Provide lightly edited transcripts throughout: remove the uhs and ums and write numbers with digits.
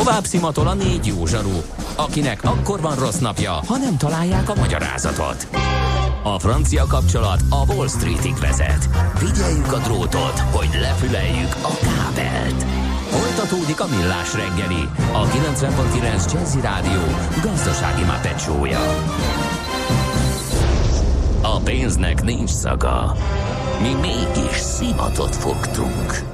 Tovább szimatol a 4 jó zsaru, akinek akkor van rossz napja, ha nem találják a magyarázatot. A francia kapcsolat a Wall Streetig vezet. Figyeljük a drótot, hogy lefüleljük a kábelt. Folytatódik a Millás reggeli, a 90.9 Jazzy Rádió gazdasági mápecsója. A pénznek nincs szaga. Mi mégis szimatot fogtunk.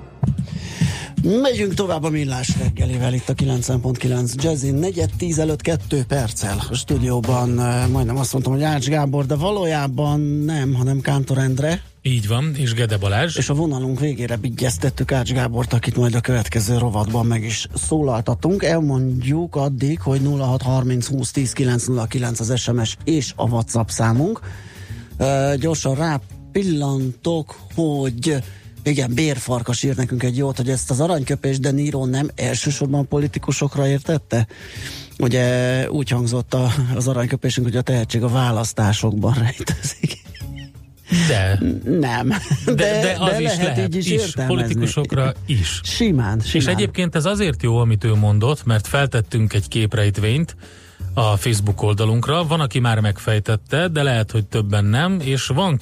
Megyünk tovább a Millás reggelivel itt a 90.9 Jazzy 4:10 előtt 2 perccel a stúdióban, majdnem azt mondtam, hogy Ács Gábor, de valójában nem, hanem Kántor Endre. Így van, és Gede Balázs. És a vonalunk végére bigyeztettük Ács Gábort, akit majd a következő rovatban meg is szólaltatunk. Elmondjuk addig, hogy 0630 20 10 909 az SMS és a WhatsApp számunk. Gyorsan rápillantok, hogy igen, Bérfarkas ír nekünk egy jót, hogy ezt az aranyköpést De Niro nem elsősorban politikusokra értette? Ugye úgy hangzott az aranyköpésünk, hogy a tehetség a választásokban rejtőzik. De. Nem. De az de is lehet így is politikusokra is. Simán. És egyébként ez azért jó, amit ő mondott, mert feltettünk egy képrejtvényt a Facebook oldalunkra. Van, aki már megfejtette, de lehet, hogy többen nem, és van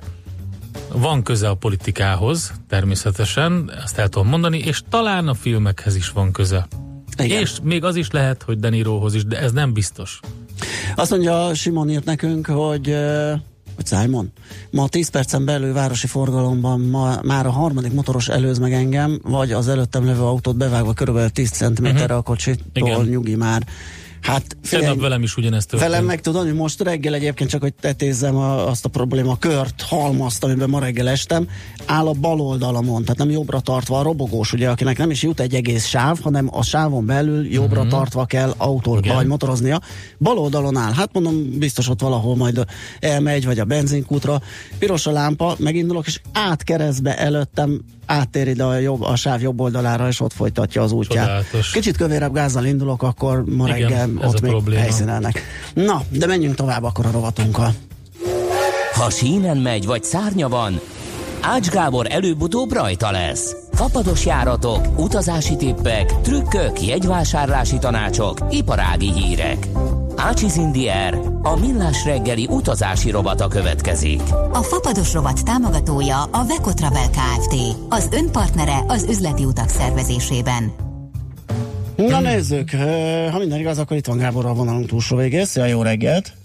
köze a politikához, természetesen, ezt el tudom mondani, és talán a filmekhez is van köze. Igen. És még az is lehet, hogy De Nirohoz is, de ez nem biztos. Azt mondja, Simon írt nekünk, hogy Simon, ma 10 percen belül városi forgalomban már a harmadik motoros előz meg engem, vagy az előttem levő autót bevágva körülbelül 10 cm-re a kocsitól, nyugi már. Hát figyelj, velem is ugyanezt történt. Velem meg tudod, hogy most reggel egyébként csak, hogy tetézzem azt a problémakört, halmazt, amiben ma reggel estem, áll a bal oldalamon, tehát nem jobbra tartva a robogós, ugye, akinek nem is jut egy egész sáv, hanem a sávon belül jobbra tartva kell autóba vagy motoroznia. Bal oldalon áll, hát mondom, biztos ott valahol majd elmegy, vagy a benzinkútra, piros a lámpa, megindulok, és átkeresztbe előttem, áttér ide a sáv jobb oldalára, és ott folytatja az útját. Csodálatos. Kicsit kövérebb gázzal indulok, akkor ma reggel ott még probléma. Helyszínelnek. Na, de menjünk tovább akkor a rovatunkkal. Ha sínen megy, vagy szárnya van, Ács Gábor előbb-utóbb rajta lesz. Fapados járatok, utazási tippek, trükkök, jegyvásárlási tanácsok, iparági hírek. Ácsiz Indiér, a Millás reggeli utazási rovata következik. A Fapados rovat támogatója a Veko Travel Kft. Az önpartnere az üzleti utak szervezésében. Na nézzük, ha minden igaz, akkor itt van Gábor a vonalunk túlsó végén. Szia, jó reggelt!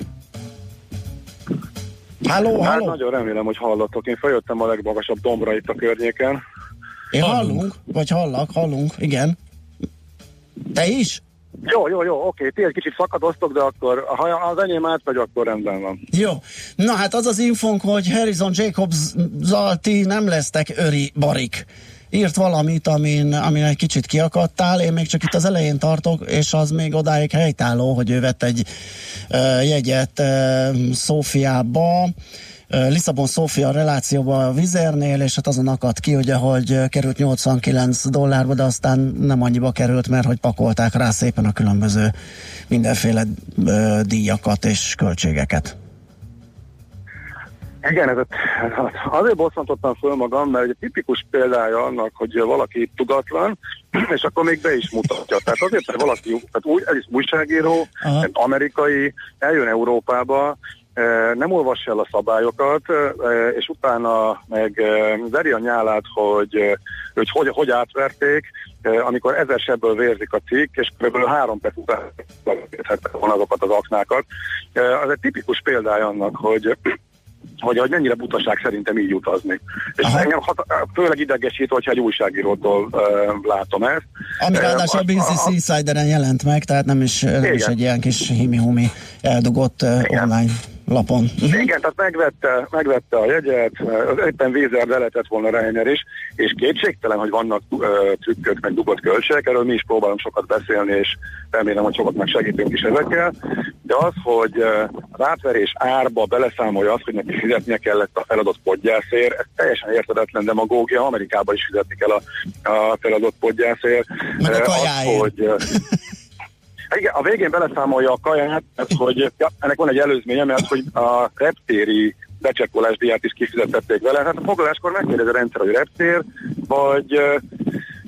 Halló! Hát nagyon remélem, hogy hallatok. Én feljöttem a legmagasabb dombra itt a környéken. Hallunk, vagy hallunk, igen. Te is? Jó, oké. Ti egy kicsit szakadoztok, de akkor ha az enyém átmegy, akkor rendben van. Jó. Na hát az az infónk, hogy Harrison Jacobs-zal ti nem lesztek öri barik. Írt valamit, amin egy kicsit kiakadtál, én még csak itt az elején tartok, és az még odáig helytálló, hogy ő vett egy jegyet Szófiába, Lisszabon-Szófia relációba a Vizernél, és hát azon akadt ki, ugye, hogy került $89, de aztán nem annyiba került, mert hogy pakolták rá szépen a különböző mindenféle díjakat és költségeket. Igen, azért bosszantottam föl magam, mert egy tipikus példája annak, hogy valaki tudatlan, és akkor még be is mutatja. Tehát azért, hogy valaki, tehát ez is újságíró, amerikai, eljön Európába, nem olvassa el a szabályokat, és utána meg veri a nyálát, hogy átverték, amikor 1000 sebből vérzik a cikk, és kb. 3 perc után volna azokat az aknákat. Az egy tipikus példája annak, hogy mennyire butaság szerintem így utazni. És engem főleg idegesít, hogyha egy újságírótól látom ezt. Ami ráadásul a Business Insideren jelent meg, tehát nem is egy ilyen kis himi-humi eldugott online lapon. Igen, tehát megvette a jegyet, éppen Wieser le lehetett volna Reiner is, és kétségtelen, hogy vannak trükkök, meg dugott költségek, erről mi is próbálunk sokat beszélni, és remélem, hogy sokat megsegítünk is ezekkel, de az, hogy az átverés árba beleszámolja azt, hogy neki fizetnie kellett a feladott podgyászért, ez teljesen értedetlen demagógia, Amerikában is fizetni kell a feladott podgyászért. Meg a kajáért. Igen, a végén beleszámolja a kaját, hogy ennek van egy előzménye, mert hogy a reptéri becsekkolás díját is kifizetették vele. Hát a foglaláskor megkérdez a rendszer, hogy reptér, vagy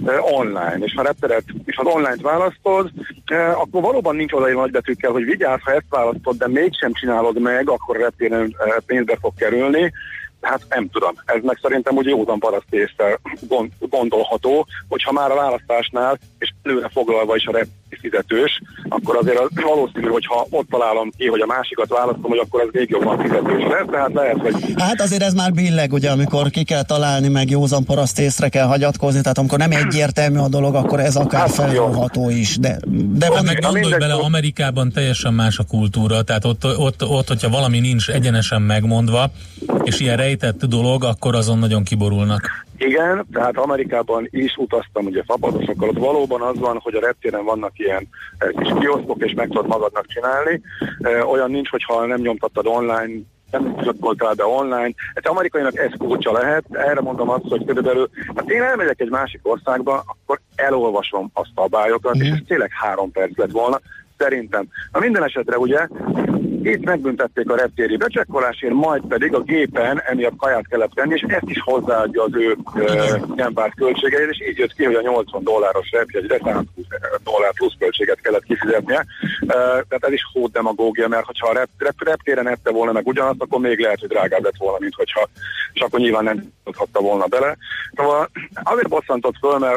online, és ha repteret, és ha online-t választod, akkor valóban nincs odaírva nagybetűkkel, hogy vigyázz, ha ezt választod, de mégsem csinálod meg, akkor reptéren pénzbe fog kerülni. Hát nem tudom, ez meg szerintem úgy józan paraszt észre gondolható, hogyha már a választásnál, és előre foglalva is a fizetős, akkor azért az valószínű, hogyha ott találom ki, hogy a másikat választom, hogy akkor ez még jobban fizetős lesz, tehát lehet, hogy... Hát azért ez már billeg, ugye, amikor ki kell találni, meg józan paraszt észre kell hagyatkozni, tehát amikor nem egyértelmű a dolog, akkor ez akár felrólható is, de van meg gondolj bele, Amerikában teljesen más a kultúra, tehát ott, hogyha valami nincs egyenesen megmondva, és ilyen rejtett dolog, akkor azon nagyon kiborulnak. Igen, tehát Amerikában is utaztam ugye fapadosokkal, ott valóban az van, hogy a reptéren vannak ilyen kis kioszkok, és meg tudod magadnak csinálni. Olyan nincs, hogyha nem nyomtattad online, nem csatoltál be online. Hát amerikainak ez kulcsa lehet, erre mondom azt, hogy körülbelül, hát én elmegyek egy másik országba, akkor elolvasom a szabályokat, és ez tényleg 3 perc lett volna, szerintem. Na minden esetre ugye, itt megbüntették a reptéri becsekkolásért, majd pedig a gépen emiatt kaját kellett tenni, és ezt is hozzáadja az ő nem várt költségeit, és így jött ki, hogy a $80 repjegyre $120 plusz költséget kellett kifizetnie. Tehát ez is hód demagógia, mert hogyha a reptéren ette volna meg ugyanazt, akkor még lehet, hogy drágább lett volna, mint hogyha, és akkor nyilván nem tudhatta volna bele. Szóval azért bosszantott föl, mert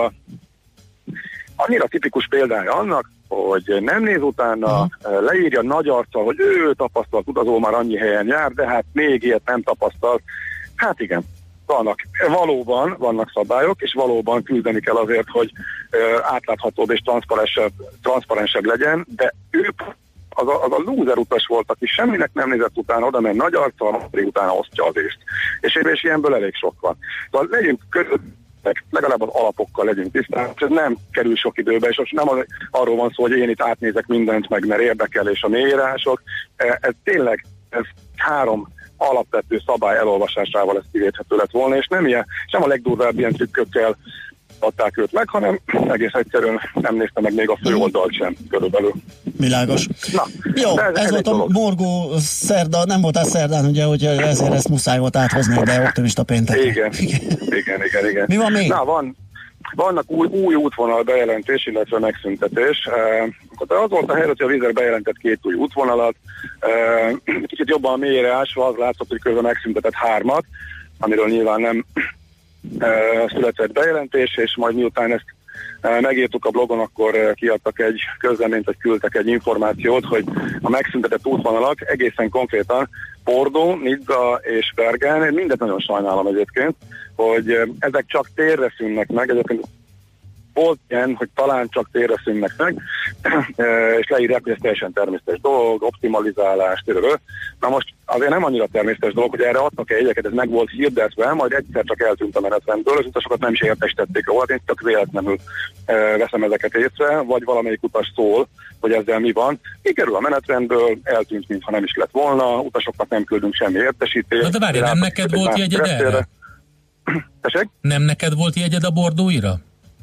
annyira tipikus példája annak, hogy nem néz utána, leírja nagy arccal, hogy ő tapasztalt utazó, már annyi helyen jár, de hát még ilyet nem tapasztalt. Hát igen, valóban vannak szabályok, és valóban küzdeni kell azért, hogy átláthatóbb és transzparensebb legyen, de ő az a lúzer utas volt, aki semminek nem nézett utána oda, mert nagy arccal, pedig utána osztja az észt. És ilyenből elég sok van. Szóval legyünk legalább az alapokkal legyünk tisztán, és ez nem kerül sok időbe, és most nem arról van szó, hogy én itt átnézek mindent, meg mert érdekel, és a mélyírások. Ez tényleg 3 alapvető szabály elolvasásával ez kivéthető lett volna, és nem a legdurvább ilyen trükkökkel adták őt meg, hanem egész egyszerűen nem nézte meg még a főoldalt sem körülbelül. Világos. Na, jó, ez volt a morgó szerda, nem voltál szerdán, ugye, hogy ezért ezt muszáj volt áthozni, de optimista péntek. Igen. Mi van még? Na, vannak új útvonal bejelentés, illetve megszüntetés. Az volt a helyzet, hogy a Wizz Air bejelentett 2 új útvonalat. Kicsit jobban mélyre ásva az látszott, hogy közben megszüntetett 3-at, amiről nyilván nem született bejelentés, és majd miután ezt megírtuk a blogon, akkor kiadtak egy közleményt, vagy küldtek egy információt, hogy a megszüntetett útvonalak egészen konkrétan Bordeaux, Nizza és Bergen, én mindet nagyon sajnálom egyébként, hogy ezek csak térre szűnnek meg, egyébként volt ilyen, hogy talán csak térre szűnnek meg, és leírják, hogy ez teljesen természetes dolog, optimalizálás, Na most azért nem annyira természetes dolog, hogy erre adtak jegyeket, ez meg volt hirdetve, majd egyszer csak eltűnt a menetrendből, az utasokat nem is értesítették róla, én csak véletlenül veszem ezeket észre, vagy valamelyik utas szól, hogy ezzel mi van. Kikerül a menetrendből, eltűnt, mintha nem is lett volna, utasoknak nem küldünk semmi értesítést. Na de várj, nem neked volt jegyed erre? Nem neked volt jegyed a Bordeaux-ira?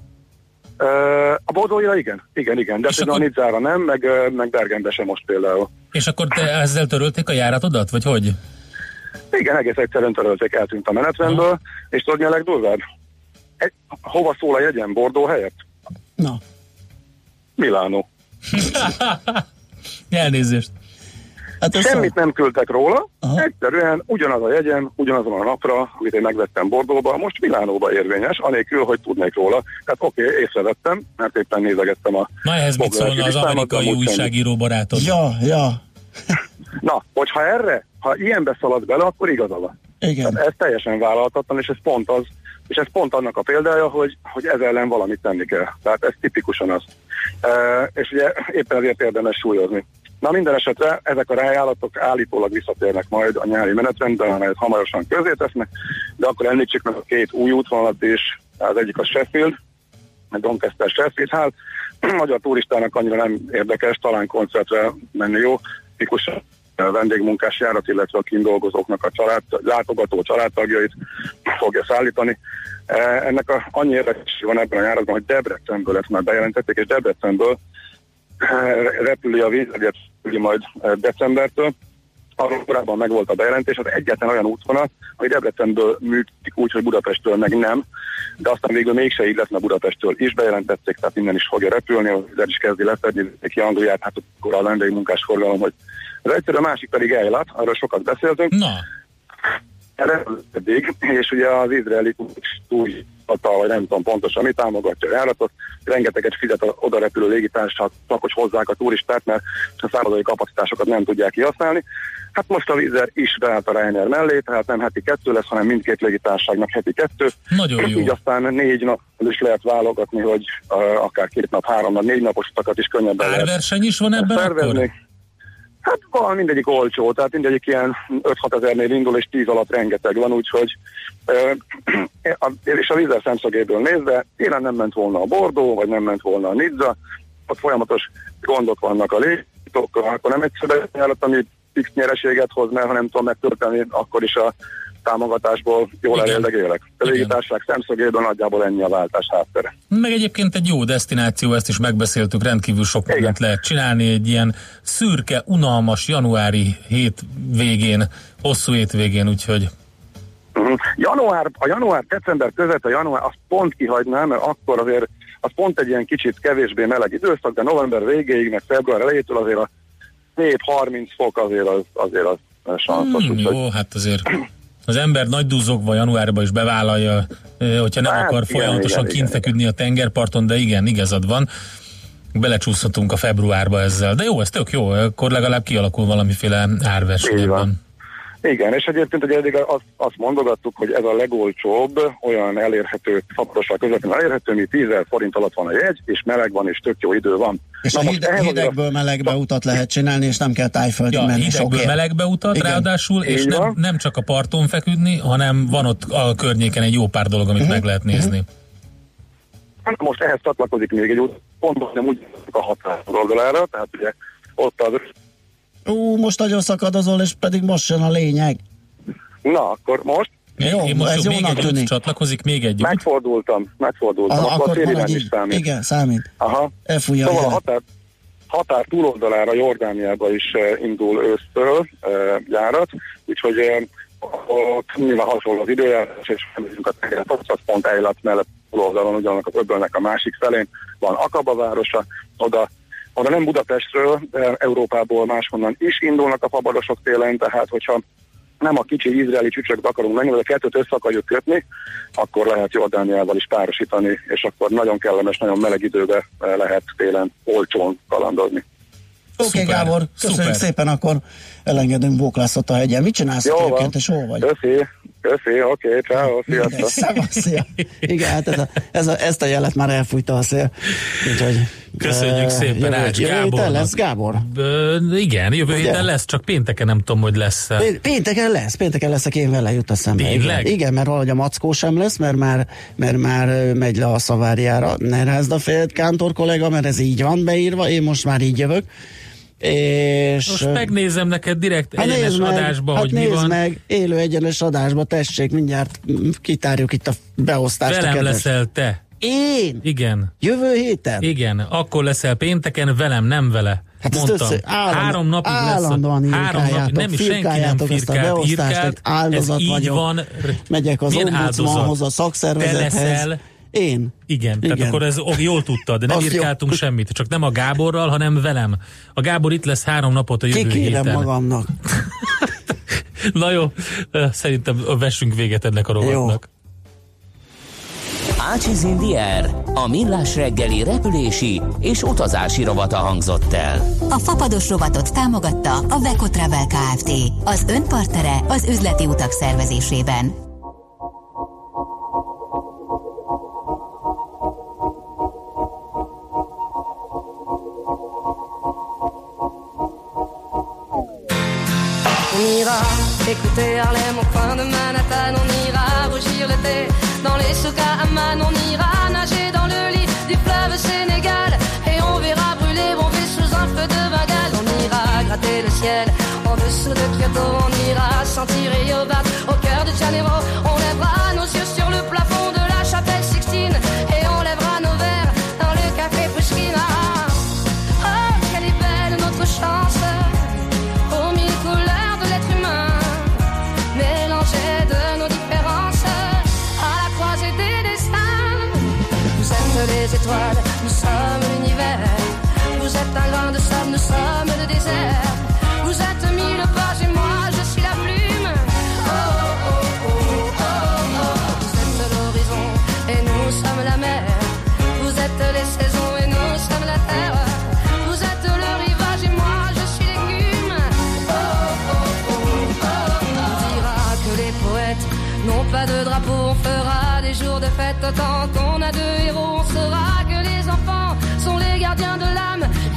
A Bordeaux-ra igen, de a Nizzára nem, meg Bergenbe sem most például. És akkor te ezzel törölték a járatodat, vagy hogy? Igen, egész egyszerűen törölték, eltűnt a menetrendből, és tudod mi a legdurvább? Hova szól a jegyem Bordeaux helyett? Na. Milánó. Elnézést. Hát semmit nem küldtek róla, egyszerűen ugyanaz a jegyem, ugyanazon a napra, amit én megvettem Bordeauxba, most Milánóba érvényes, anélkül, hogy tudnék róla. Tehát oké, észrevettem, mert éppen nézegettem a... Na ehhez mit szólna az amerikai újságíró barátod? Ja. Na, ha ilyenbe szalad bele, akkor igaza van. Igen. Tehát ez teljesen vállalhatatlan, és ez pont annak a példája, hogy ez ellen valamit tenni kell. Tehát ez tipikusan az. És ugye éppen ezért érdemes súlyozni. Na minden esetre ezek a ajánlatok állítólag visszatérnek majd a nyári menetrendben, amelyet hamarosan közé tesznek, de akkor említsük meg a 2 új útvonalat is, az egyik a Sheffield, a Doncaster Sheffield, hát magyar turistának annyira nem érdekes, talán koncertre menni jó, tipikusan vendégmunkás járat, illetve a kint dolgozóknak a látogató családtagjait fogja szállítani. Ennek annyi érdekes van ebben a járatban, hogy Debrecenből ezt már bejelentették, és Debrecenből repüli a Wizz Air majd decembertől, arról korábban megvolt a bejelentés, az egyetlen olyan útvonal, ami Debrecenből működik úgy, hogy Budapesttől meg nem, de aztán végül mégse így lesz, mert Budapesttől is bejelentették, tehát innen is fogja repülni, az is kezdi lefedni ki Angliát, hát akkor a vendégi munkásforgalom, hogy az egyszerű, a másik pedig Eilat, arról sokat beszéltünk. Na. Erre eddig, és ugye az izraeli túlhatal, vagy nem tudom pontosan mi támogatja a járatot, rengeteget fizet az oda repülő légitársaság, csak hogy hozzák a turistát, mert a szállodai kapacitásokat nem tudják kihasználni. Hát most a Wizz Air is beállt a Ryanair mellé, tehát nem heti 2 lesz, hanem mindkét légitársaságnak heti 2. Nagyon jó. Így aztán 4 nap is lehet válogatni, hogy akár 2 nap, 3 nap, 4 napos utakat is könnyebben lehet árverseny is van ebben szervezni. akkor? Hát van, mindegyik olcsó, tehát mindegyik ilyen 5-6 ezernél indul, és 10 alatt rengeteg van, úgyhogy és a Wizz Air szemszögéből nézve, télen nem ment volna a Bordeaux, vagy nem ment volna a Nizza, ott folyamatos gondok vannak a légitokkal, akkor nem egyszerűen járat, ami fix nyereséget hoz, mert ha nem tudom megtölteni, akkor is a támogatásból jól elérdegélek. A légitársaság szemszögéből nagyjából ennyi a váltás háttere. Meg egyébként egy jó desztináció, ezt is megbeszéltük, rendkívül sok mindent lehet csinálni, egy ilyen szürke, unalmas januári hétvégén, hosszú hétvégén, úgyhogy... A január-december között, azt pont kihagynám, mert akkor azért az pont egy ilyen kicsit kevésbé meleg időszak, de november végéig, meg február elejétől azért a 7-30 fok azért az sanszos. Jó, hát azért az ember nagy duzzogva januárban is bevállalja, hogyha nem akar folyamatosan kint feküdni a tengerparton, de igen, igazad van, belecsúszhatunk a februárba ezzel. De jó, ez tök jó, akkor legalább kialakul valamiféle árversenyben. Igen, és egyébként ugye eddig azt mondogattuk, hogy ez a legolcsóbb, olyan elérhető, fapadossal közvetlenül elérhető, mi 10 000 forint alatt van a jegy, és meleg van, és tök jó idő van. És a hidegbe melegbe utat lehet csinálni, és nem kell Tájföldre menni. Hidegből melegbe utat, igen. Ráadásul, és nem csak a parton feküdni, hanem van ott a környéken egy jó pár dolog, amit meg lehet nézni. Most ehhez csatlakozik még egy út, pontosan nem úgy a határ oldalára, tehát ugye ott az... most nagyon szakadozol, és pedig most jön a lényeg. Na, akkor most? Jó, ez jónak tűnik. Csatlakozik még egy út. Megfordultam. Akkor maradj így. Számít. Igen, számít. Aha. Szóval a határ túloldalára, Jordániába is indul ősztől járat, úgyhogy ott nyilván hasonló az időjárás, és felmegyünk a tengeret, az pont Eilat mellett túloldalon, ugyanak az öbölnek a másik felén van Akaba városa, oda nem Budapestről, de Európából máshonnan is indulnak a fapadosok télen, tehát hogyha nem a kicsi izraeli csücsöket akarunk menni, vagy a kettőt össze akarjuk kötni, akkor lehet Jordániával is párosítani, és akkor nagyon kellemes, nagyon meleg időben lehet télen olcsón kalandozni. Oké, Gábor, köszönjük szépen, akkor elengedünk Bóklászot a hegyen. Mit csinálsz egyébként, és hol vagy? Köszi, oké, ciao, sziasztok. Szia. Igen, hát ezt a jelet már elfújta a szél. Úgyhogy, köszönjük szépen Ács Gábornak. Jövő héten lesz, Gábor? Igen, jövő héten lesz, csak pénteken nem tudom, hogy lesz. Pénteken lesz, én vele jut eszembe. Igen, mert valahogy a Mackó sem lesz, mert már megy le a Szaváriára. Ne rázd a fejed, Kántor kollega, mert ez így van beírva, én most már így jövök. És most megnézem neked direkt egyenes adásba, hogy mi van. Nézd meg, élő egyenes adásba, tessék, mindjárt kitárjuk itt a beosztást. Velem leszel te. Én? Igen. Jövő héten? Igen, akkor leszel pénteken velem, nem vele. Hát mondtam, 3 napig állandóan lesz. 3 napig, nem, senki nem firkált, áldozat ez vagyok. Így van. Megyek az ombudsmanhoz, a szakszervezethez. Én? Igen, tehát akkor ez jól tudtad, nem írkáltunk semmit, csak nem a Gáborral, hanem velem. A Gábor itt lesz 3 napot a jövő héten. Kikérem magamnak. Na jó, szerintem vessünk véget ennek a rovatnak. Ácsiz in the Air, a millás reggeli repülési és utazási rovata hangzott el. A fapados rovatot támogatta a Veko Travel Kft. Az önpartnere az üzleti utak szervezésében. On ira écouter Harlem au coin de Manhattan, on ira rougir l'été dans les souks à Amman, on ira nager dans le lit du fleuve Sénégal et on verra brûler bomber sous un feu de Bengale. On ira gratter le ciel en dessous de Kyoto, on ira sentir Yobat au cœur de Janeiro, on lèvera nos yeux sur le plafond de la chapelle Sixtine et on lèvera nos verres dans le café Pushkin. Oh, quelle est belle notre chance, aux 1000 couleurs de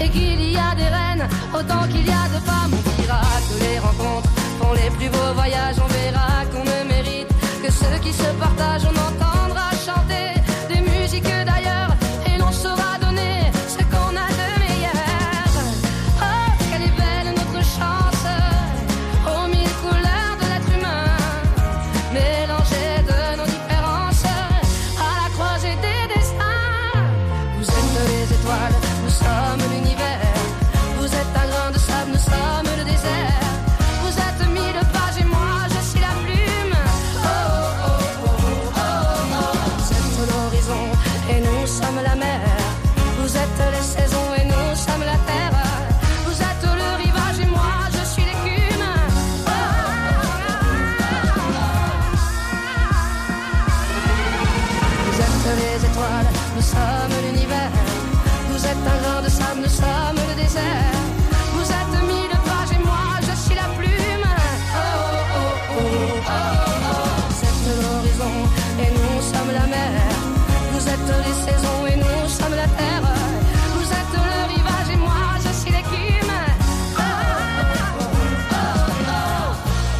qu'il y a des reines, autant qu'il y a de femmes. On dira que les rencontres font les plus beaux voyages. On verra qu'on ne mérite que ceux qui se partagent. On entendra chanter des musiques d'ailleurs et l'on saura donner ce qu'on a de meilleur. Oh, quelle est belle notre chance, aux mille couleurs de l'être humain, mélangées de nos différences, à la croisée des destins. Vous êtes les étoiles, nous sommes l'univers. Vous êtes un grain de sable, nous sommes le désert. Vous êtes mille pages et moi je suis la plume. Oh, oh, oh, oh, oh, oh. Vous êtes l'horizon et nous sommes la mer. Vous êtes les saisons et nous sommes la terre. Vous êtes le rivage et moi je suis l'écume. Oh, oh, oh, oh. Vous êtes les étoiles, nous sommes l'univers. Vous êtes un grain de sable, nous sommes le désert. Vous êtes mille pages et moi je suis la plume. Oh, oh, oh, oh, oh. Vous êtes l'horizon et nous sommes la mer. Vous êtes les saisons et nous sommes la terre. Vous êtes le rivage et moi je suis l'écume. Oh, oh, oh, oh.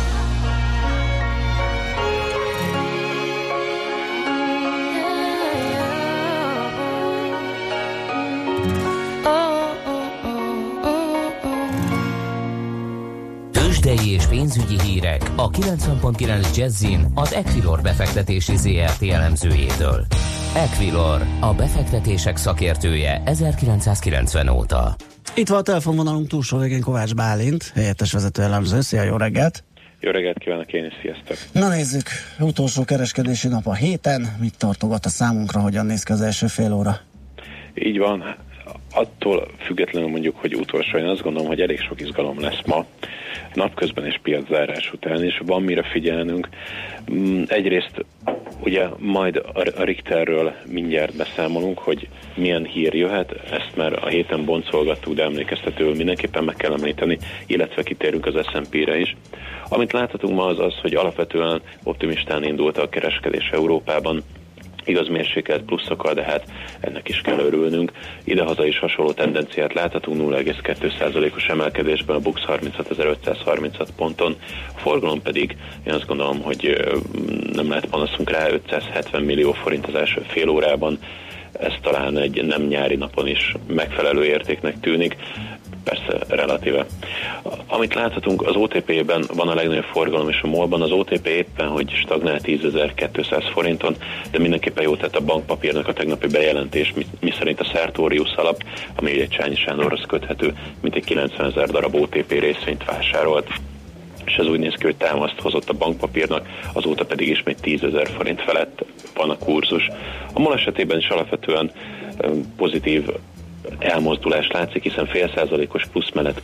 Tőzsdei és pénzügyi hírek a 90.9 Jazzin az Equilor befektetési ZRT elemzőjétől. Equilor, a befektetések szakértője 1990 óta. Itt van a telefonvonalunk túlsó végén Kovács Bálint, helyettes vezető elemző. Szia, jó reggelt! Jó reggelt kívánok én is, sziasztok! Na nézzük, utolsó kereskedési nap a héten. Mit tartogat a számunkra, hogyan néz ki az első fél óra? Így van, attól függetlenül mondjuk, hogy utolsó, én azt gondolom, hogy elég sok izgalom lesz ma, napközben és piaczárás után, és van mire figyelnünk. Egyrészt ugye majd a Richterről mindjárt beszámolunk, hogy milyen hír jöhet, ezt már a héten boncolgattuk, de emlékeztetőül mindenképpen meg kell említeni, illetve kitérünk az S&P-re is. Amit láthatunk ma az, hogy alapvetően optimistán indult a kereskedés Európában, igaz mérsékelt pluszokkal, de hát ennek is kell örülnünk. Idehaza is hasonló tendenciát láthatunk, 0,2%-os emelkedésben a BUX 36.536 ponton. A forgalom pedig, én azt gondolom, hogy nem lehet panaszunk rá, 570 millió forint az első fél órában. Ez talán egy nem nyári napon is megfelelő értéknek tűnik. Persze relatíve. Amit láthatunk, az OTP-ben van a legnagyobb forgalom, és a MOL-ban az OTP éppen, hogy stagnál 10.200 forinton, de mindenképpen jó tett a bankpapírnak a tegnapi bejelentés, miszerint a Sartorius alap, ami egy Csányi Sándorhoz köthető, mint egy 90 000 darab OTP részvényt vásárolt. És ez úgy néz ki, hogy támaszt hozott a bankpapírnak, azóta pedig ismét 10 000 forint felett van a kurzus. A MOL esetében is alapvetően pozitív elmozdulás látszik, hiszen fél százalékos plusz mellett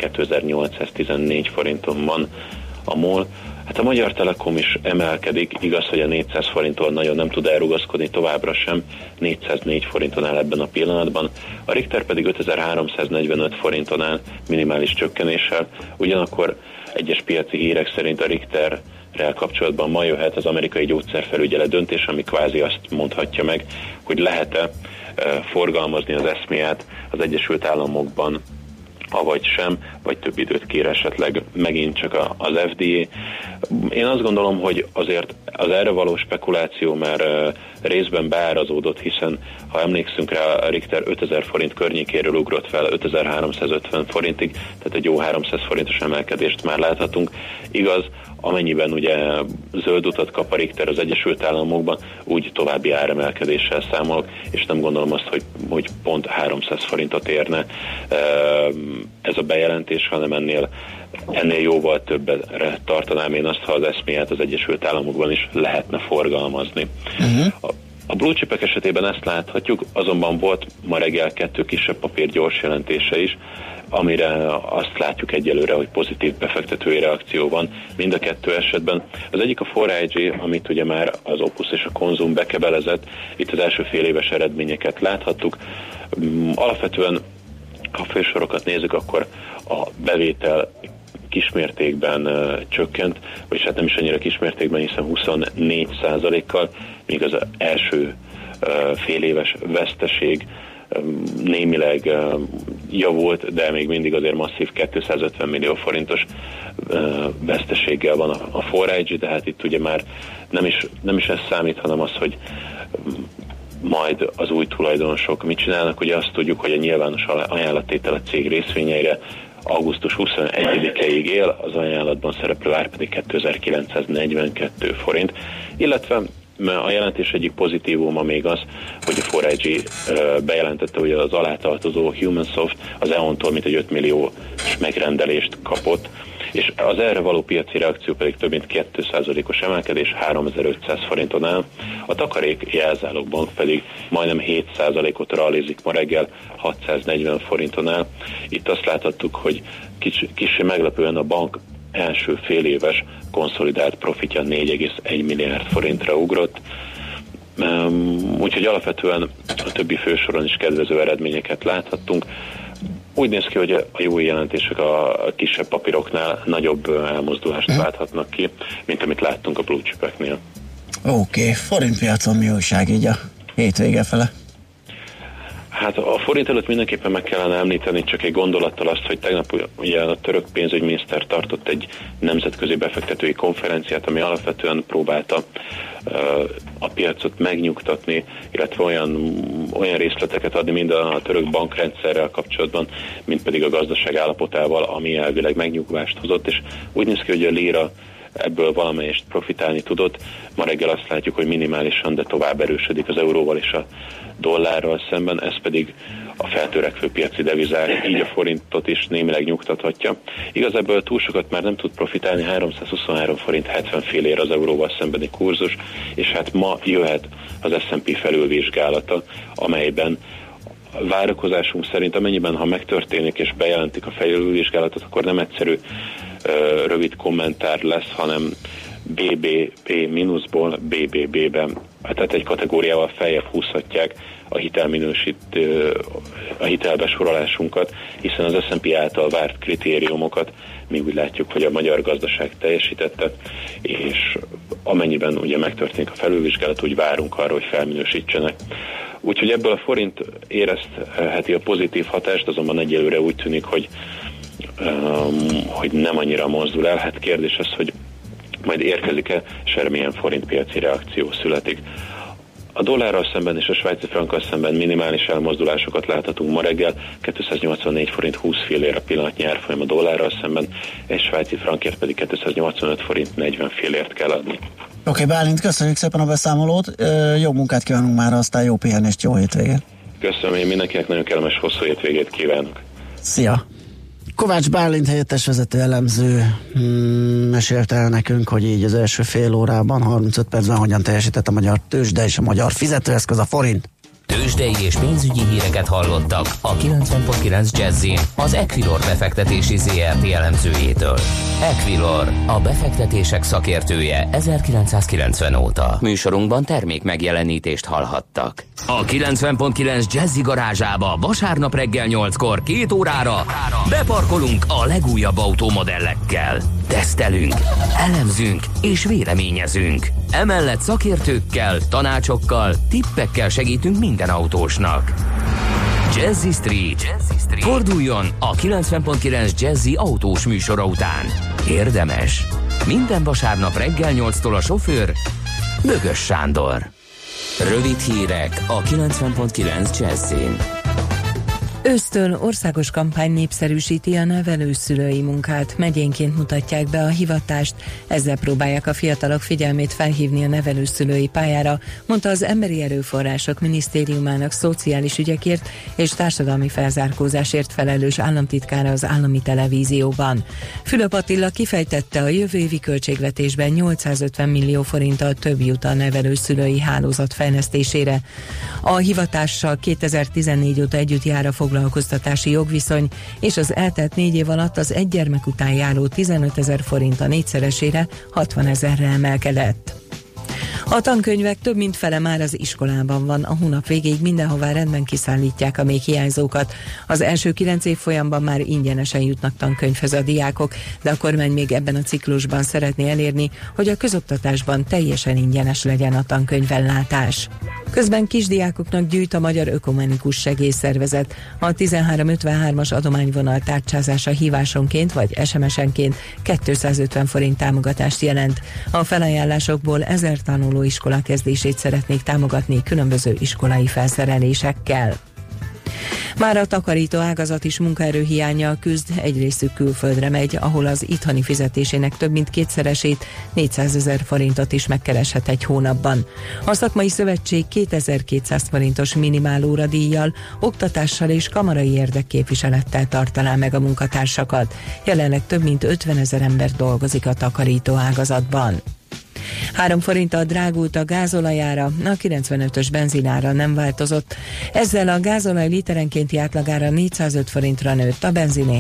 2814 forinton van a MOL. Hát a Magyar Telekom is emelkedik, igaz, hogy a 400 forinttól nagyon nem tud elrugaszkodni továbbra sem, 404 forinton áll ebben a pillanatban. A Richter pedig 5345 forinton áll minimális csökkenéssel, ugyanakkor egyes piaci hírek szerint a Richterrel kapcsolatban ma jöhet az amerikai gyógyszerfelügyelet döntés, ami kvázi azt mondhatja meg, hogy lehet-e forgalmazni az eszméját az Egyesült Államokban, avagy sem, vagy több időt kér esetleg megint csak az FDA. Én azt gondolom, hogy azért az erre való spekuláció már részben beárazódott, hiszen ha emlékszünk rá, a Richter 5000 forint környékéről ugrott fel 5350 forintig, tehát egy jó 300 forintos emelkedést már láthatunk. Igaz, amennyiben ugye zöld utat kap a Richter az Egyesült Államokban, úgy további áremelkedéssel számolok, és nem gondolom azt, hogy pont 300 forintot érne ez a bejelentés, hanem ennél jóval többre tartanám én azt, ha az eszméját az Egyesült Államokban is lehetne forgalmazni. A blue chipek esetében ezt láthatjuk, azonban volt ma reggel 2 kisebb papír gyors jelentése is, amire azt látjuk egyelőre, hogy pozitív befektetői reakció van mind a 2 esetben. Az egyik a 4IG, amit ugye már az Opus és a Konzum bekebelezett, itt az első fél éves eredményeket láthattuk. Alapvetően, ha fősorokat nézzük, akkor a bevétel kismértékben csökkent, vagyis hát nem is annyira kismértékben, hiszen 24%-kal, míg az első fél éves veszteség némileg javult, de még mindig azért masszív 250 millió forintos veszteséggel van a 4iG, de hát itt ugye már nem is ez számít, hanem az, hogy majd az új tulajdonosok mit csinálnak. Ugye azt tudjuk, hogy a nyilvános ajánlattétel a cég részvényeire augusztus 21-ig él, az ajánlatban szereplő ár pedig 2942 forint, illetve a jelentés egyik pozitívuma még az, hogy a 4iG bejelentette, hogy az alátartozó HumanSoft az EON-tól mintegy 5 milliós megrendelést kapott, és az erre való piaci reakció pedig több mint 2%-os emelkedés 3500 forinton áll. A takarék jelzálogbank pedig majdnem 7%-ot rallizik ma reggel, 640 forinton áll. Itt azt láthattuk, hogy kicsi meglepően a bank első fél éves konszolidált profitja 4,1 milliárd forintra ugrott. Úgyhogy alapvetően a többi fősoron is kedvező eredményeket láthattunk. Úgy néz ki, hogy a jó jelentések a kisebb papíroknál nagyobb elmozdulást válthatnak ki, mint amit láttunk a blue chipeknél. Oké, forintpiacon mi újság így a hétvége fele? Hát a forint előtt mindenképpen meg kellene említeni csak egy gondolattal azt, hogy tegnap ugye a török pénzügyminiszter tartott egy nemzetközi befektetői konferenciát, ami alapvetően próbálta a piacot megnyugtatni, illetve olyan részleteket adni mind a török bankrendszerrel kapcsolatban, mint pedig a gazdaság állapotával, ami elvileg megnyugvást hozott, és úgy néz ki, hogy a lira ebből valamelyest profitálni tudott. Ma reggel azt látjuk, hogy minimálisan, de tovább erősödik az euróval és a dollárral szemben, ez pedig a feltörekvő piaci devizák, így a forintot is némileg nyugtathatja. Igazából túl sokat már nem tud profitálni, 323 forint 70 fillér az euróval szembeni kurzus, és hát ma jöhet az S&P felülvizsgálata, amelyben várakozásunk szerint, amennyiben ha megtörténik és bejelentik a felülvizsgálatot, akkor nem egyszerű rövid kommentár lesz, hanem BBB mínuszból BBB-be, tehát egy kategóriával feljebb húzhatják a hitelbesorolásunkat, hiszen az S&P által várt kritériumokat mi úgy látjuk, hogy a magyar gazdaság teljesítette, és amennyiben ugye megtörténik a felülvizsgálat, úgy várunk arra, hogy felminősítsenek. Úgyhogy ebből a forint érezheti a pozitív hatást, azonban egyelőre úgy tűnik, hogy nem annyira mozdul el. Hát kérdés az, hogy majd érkezik-e, semmilyen forintpiaci reakció születik. A dollárral szemben és a svájci frankkal szemben minimális elmozdulásokat láthatunk ma reggel, 284 forint 20 fillér a pillanatnyi árfolyam a dollárral szemben, és svájci frankért pedig 285 forint 40 fillért kell adni. Oké, Bálint, köszönjük szépen a beszámolót, jó munkát kívánunk már, aztán jó pihenést, jó hétvégét. Köszönöm, én mindenkinek nagyon kellemes hosszú hétvégét kívánok. Szia! Kovács Bálint helyettes vezető elemző mesélte el nekünk, hogy így az első fél órában, 35 percben hogyan teljesített a magyar tőzsde és a magyar fizetőeszköz, a forint. Tőzsdei és pénzügyi híreket hallottak a 90.9 Jazzin az Equilor befektetési ZRT elemzőjétől. Equilor, a befektetések szakértője 1990 óta. Műsorunkban termék megjelenítést hallhattak. A 90.9 Jazzy garázsába vasárnap reggel 8-kor 2 órára beparkolunk a legújabb automodellekkel. Tesztelünk, elemzünk és véleményezünk. Emellett szakértőkkel, tanácsokkal, tippekkel segítünk minden autósnak. Jazzy Street. Forduljon a 90.9 Jazzy autós műsora után. Érdemes. Minden vasárnap reggel 8-tól a sofőr Bögös Sándor. Rövid hírek a 90.9 Jazzyn. Ősztől országos kampány népszerűsíti a nevelőszülői munkát. Megyénként mutatják be a hivatást, ezzel próbálják a fiatalok figyelmét felhívni a nevelőszülői pályára, mondta az Emberi Erőforrások Minisztériumának szociális ügyekért és társadalmi felzárkózásért felelős államtitkára az állami televízióban. Fülöp Attila kifejtette, a jövő évi költségvetésben 850 millió forinttal több jut a nevelőszülői hálózat fejlesztésére. A hivatással 2014 óta együtt jár a foglalkoztatási jogviszony, és az eltelt 4 év alatt az egy gyermek után járó 15 000 forint a 4-szeresére, 60 000-re emelkedett. A tankönyvek több mint fele már az iskolában van, a hónap végéig mindenhová rendben kiszállítják a még hiányzókat. Az első 9 évfolyamban már ingyenesen jutnak tankönyvhez a diákok, de a kormány még ebben a ciklusban szeretné elérni, hogy a közoktatásban teljesen ingyenes legyen a tankönyvellátás. Közben kisdiákoknak gyűjt a Magyar Ökumenikus Segélyszervezet. A 1353-as adományvonal tárcsázása hívásonként vagy SMS-enként 250 forint támogatást jelent. A felajánlásokból 1000 tanulóiskola kezdését szeretnék támogatni különböző iskolai felszerelésekkel. Már a takarító ágazat is munkaerőhiánnyal küzd, egy részük külföldre megy, ahol az itthoni fizetésének több mint kétszeresét, 400 000 forintot is megkereshet egy hónapban. A szakmai szövetség 2200 forintos minimálóradíjjal, oktatással és kamarai érdekképviselettel tartaná meg a munkatársakat. Jelenleg több mint 50 000 ember dolgozik a takarító ágazatban. 3 forinttal drágult a gázolajára, a 95-ös benzinára nem változott. Ezzel a gázolaj literenkénti átlagára 405 forintra nőtt, a benziné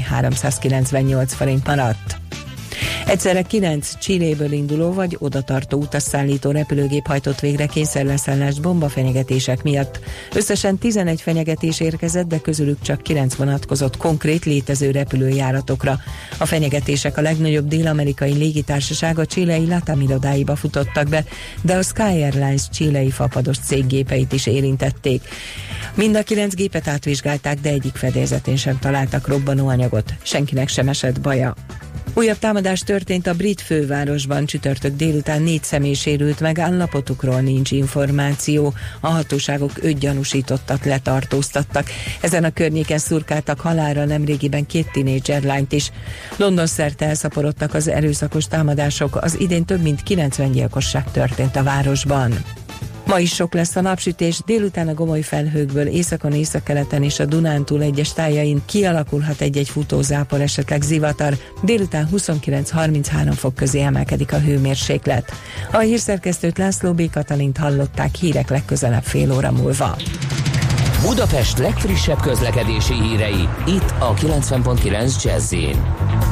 398 forint maradt. Egyszerre 9 Chiléből induló vagy odatartó utasszállító repülőgép hajtott végre kényszerleszállást bombafenyegetések miatt. Összesen 11 fenyegetés érkezett, de közülük csak 9 vonatkozott konkrét létező repülőjáratokra. A fenyegetések a legnagyobb dél-amerikai légitársaság a chilei LATAM irodáiba futottak be, de a Sky Airlines chilei fapados céggépeit is érintették. Mind a 9 gépet átvizsgálták, de egyik fedélzetén sem találtak robbanóanyagot, senkinek sem esett baja. Újabb támadás történt a brit fővárosban, csütörtök délután 4 személy sérült meg, állapotukról nincs információ. A hatóságok 5 gyanúsítottat letartóztattak. Ezen a környéken szurkáltak halálra nemrégiben 2 tínédzser lányt is. London szerte elszaporodtak az erőszakos támadások, az idén több mint 90 gyilkosság történt a városban. Ma is sok lesz a napsütés, délután a gomoly felhőkből északon, északkeleten és a Dunántúl egyes tájain kialakulhat egy-egy futózápor, esetleg zivatar. Délután 29-33 fok közé emelkedik a hőmérséklet. A hírszerkesztőt, László B. Katalint hallották, hírek legközelebb fél óra múlva. Budapest legfrissebb közlekedési hírei, itt a 90.9 Jazz-in.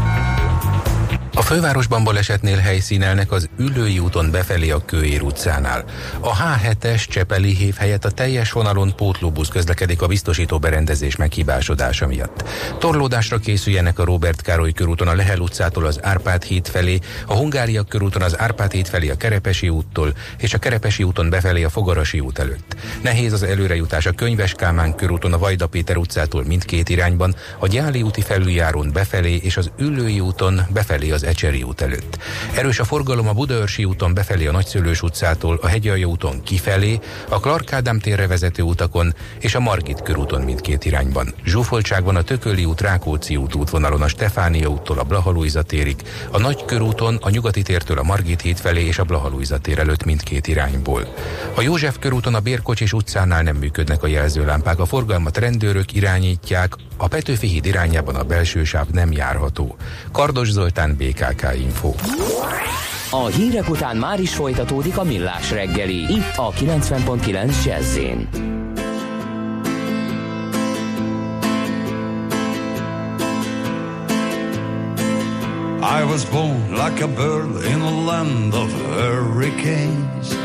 A fővárosban balesetnél helyszínelnek az Üllői úton befelé a Kőér utcánál. A H7-es Csepeli hév helyett a teljes vonalon pótlóbusz közlekedik a biztosító berendezés meghibásodása miatt. Torlódásra készüljenek a Róbert Károly körúton a Lehel utcától az Árpád híd felé, a Hungária körúton az Árpád híd felé a Kerepesi úttól és a Kerepesi úton befelé a Fogarasi út előtt. Nehéz az előrejutás a Könyves Kálmán körúton a Vajda Péter utcától mindkét irányban, a Gyáli úti felüljárón befelé és az Üllői úton befelé az Ecseri út előtt. Erős a forgalom a Budaörsi úton befelé a Nagyszőlős utcától, a Hegyalja úton kifelé, a Clark Ádám térre vezető utakon és a Margit körúton mindkét irányban. Zsúfoltság van a Tököli út, Rákóczi út útvonalon a Stefánia úttól a Blaha Lujza térig, a Nagykörúton a Nyugati tértől a Margit híd felé és a Blaha Lujza tér előtt mindkét irányból. A József körúton a Bérkocsis utcánál nem működnek a jelzőlámpák, a forgalmat rendőrök irányítják, a Petőfi híd irányában a belső sáv nem járható. Kardos Zoltán, BKK Info. A hírek után már is folytatódik a Millás reggeli, itt a 90.9 Jazz-in. I was born like a bird in a land of hurricanes.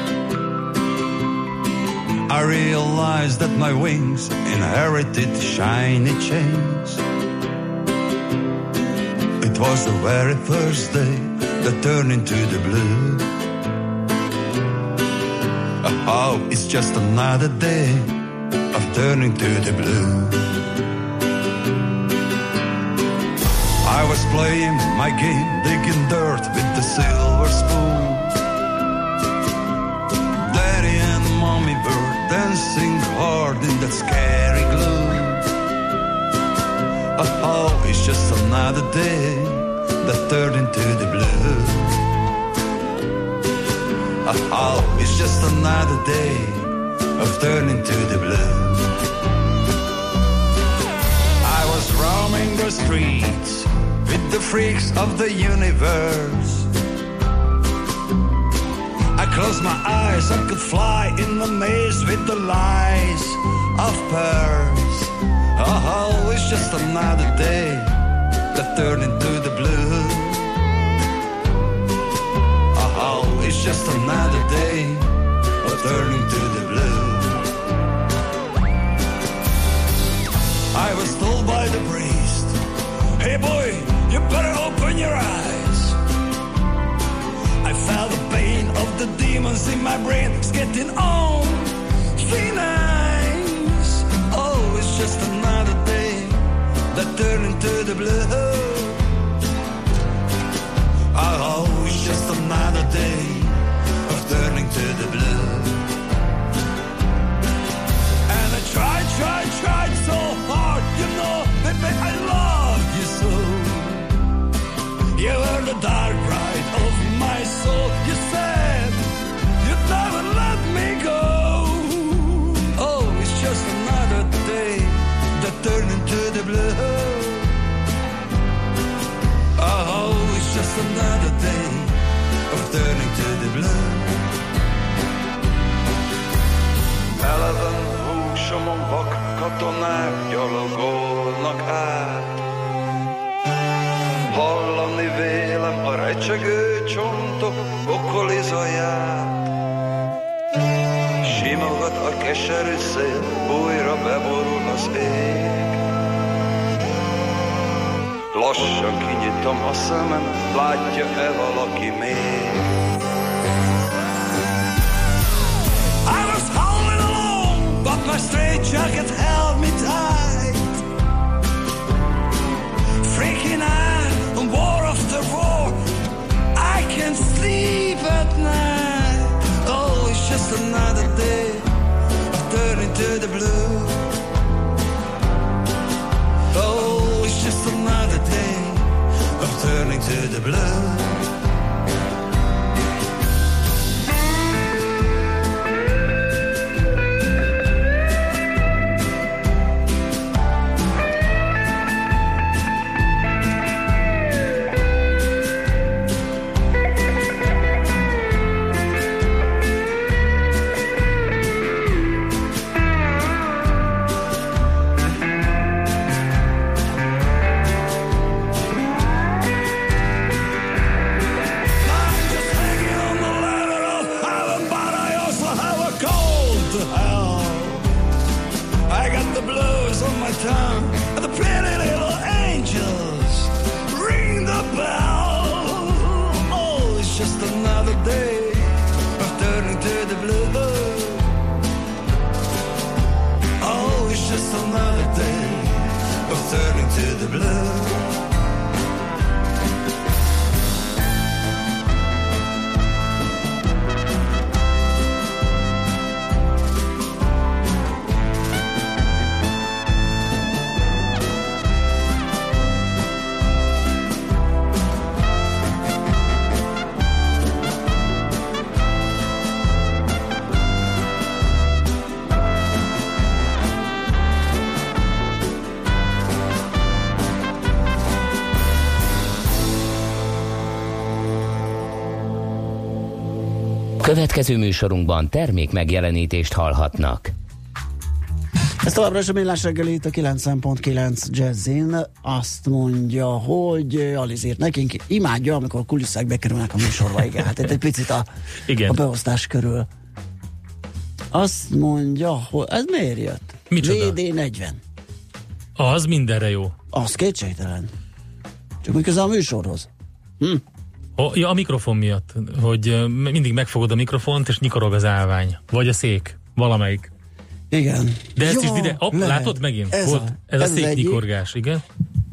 I realized that my wings inherited shiny chains. It was the very first day that turned into the blue. Oh, it's just another day of turning to the blue. I was playing my game, digging dirt with the silver spoon. Daddy and mommy were dancing hard in that scary gloom. Oh, it's just another day that turned into the blue. Oh, it's just another day of turning to the blue. I was roaming the streets with the freaks of the universe. I closed my eyes, I could fly in the maze with the lies of pearls. Oh, it's just another day that turned into the blue. Oh, it's just another day are turning to the blue. I was told by the priest, hey boy, you better open your eyes. I felt the pain of the demons in my brain. It's getting on thin ice. Oh, it's just another day that turned into the blue. Oh, it's just another day of turning to the blue. And I tried so hard, you know, baby, I love you so. You were the dark ride of my soul. You said you'd never let me go. Oh, it's just another day that turned into the blue. Oh, it's just another day of turning to the blue. 11 húsomon vak katonák gyalogolnak át. Hallani vélem a recsegő csontok pokoli zaját. Simogat a keserű szél, újra beborul az ég. Lassan kinyitom a szemem, látja-e valaki még? I was howling alone, but my straitjacket held me tight. Freaking out on war after war, I can't sleep at night. Oh, it's just another day of turning to the blue. Oh, it's just another day of turning to the blue. Következő műsorunkban termék megjelenítést hallhatnak. Ez továbbra is a Millás reggeli itt a 90.9 Jazzin. Azt mondja, hogy Aliz írt nekünk, imádja, amikor a kulisszák bekerülnek a műsorba. Igen, hát egy picit a beosztás körül. Azt mondja, hogy ez miért jött? Micsoda? VD40. Az mindenre jó. Az kétségtelen. Csak úgy közel a műsorhoz. Ja, a mikrofon miatt, hogy mindig megfogod a mikrofont, és nyikorog az állvány. Vagy a szék, valamelyik. Igen. De ezt is ide, látod megint? Ez a szék nyikorgás, igen.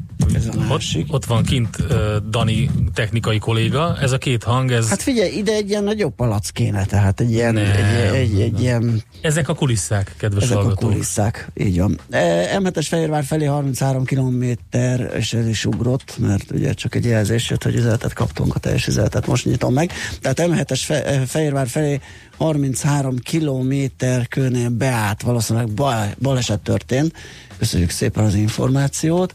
Ott van kint Dani technikai kolléga, ez a két hang, ez... Hát figyelj, ide egy ilyen nagyobb palack kéne, tehát egy ilyen... Egy ilyen... Ezek a kulisszák, kedves hallgatók. Ezek a kulisszák, így van. M7-es Fehérvár felé 33 kilométer, és ez is ugrott, mert ugye csak egy jelzés jött, hogy üzenetet kaptunk, a teljes üzenetet most nyitom meg. Tehát M7-es Fehérvár felé 33 kilométer körnél beállt, valószínűleg baleset történt. Köszönjük szépen az információt.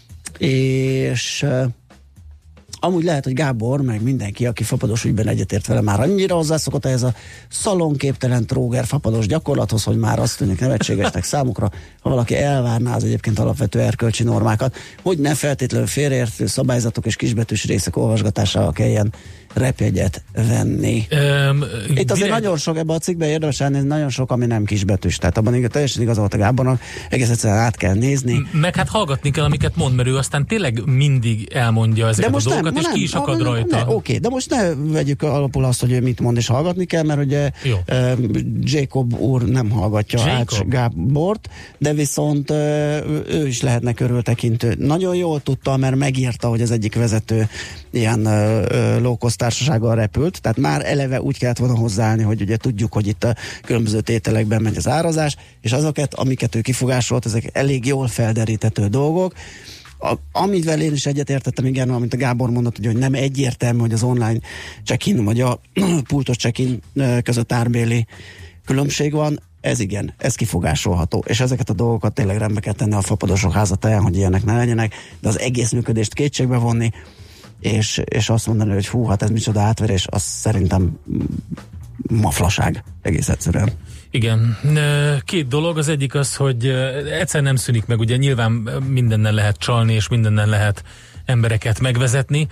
És amúgy lehet, hogy Gábor, meg mindenki, aki fapados ügyben egyetért vele, már annyira hozzászokott ehhez a szalonképtelen tróger fapados gyakorlathoz, hogy már azt tűnik nevetségesnek számukra, ha valaki elvárná az egyébként alapvető erkölcsi normákat, hogy ne feltétlenül félreértő szabályzatok és kisbetűs részek olvasgatásával kelljen repjegyet venni. Itt azért nagyon sok, ebben a cikkben érdemes elnézni, nagyon sok, ami nem kisbetűs. Tehát abban teljesen igaza volt a Gábornak, egész egyszerűen át kell nézni. Meg hát hallgatni kell, amiket mond, mert ő aztán tényleg mindig elmondja ezeket a dolgokat, és ki is akad rajta. Oké, de most ne vegyük alapul azt, hogy ő mit mond, és hallgatni kell, mert ugye Jacob úr nem hallgatja Ács Gábort, de viszont ő is lehetne körültekintő. Nagyon jól tudta, mert megírta, hogy az egyik vezető ilyen low-cost társasággal repült, tehát már eleve úgy kellett volna hozzáállni, hogy ugye tudjuk, hogy itt a különböző tételekben megy az árazás, és azokat, amiket ő kifogásolt, ezek elég jól felderítető dolgok. Amivel én is egyetértettem, igen, amit a Gábor mondott, hogy nem egyértelmű, hogy az online check-in vagy a pultos check-in között árbéli különbség van, ez igen, ez kifogásolható, és ezeket a dolgokat tényleg rendbe kell tenni a fapadosok házatáján, hogy ilyenek ne legyenek, de az egész működést kétségbe vonni, és azt mondani, hogy hú, hát ez micsoda átverés, az szerintem maflaság egész egyszerűen. Igen, két dolog, az egyik az, hogy egyszer nem szűnik meg, ugye nyilván mindennel lehet csalni, és mindennel lehet embereket megvezetni,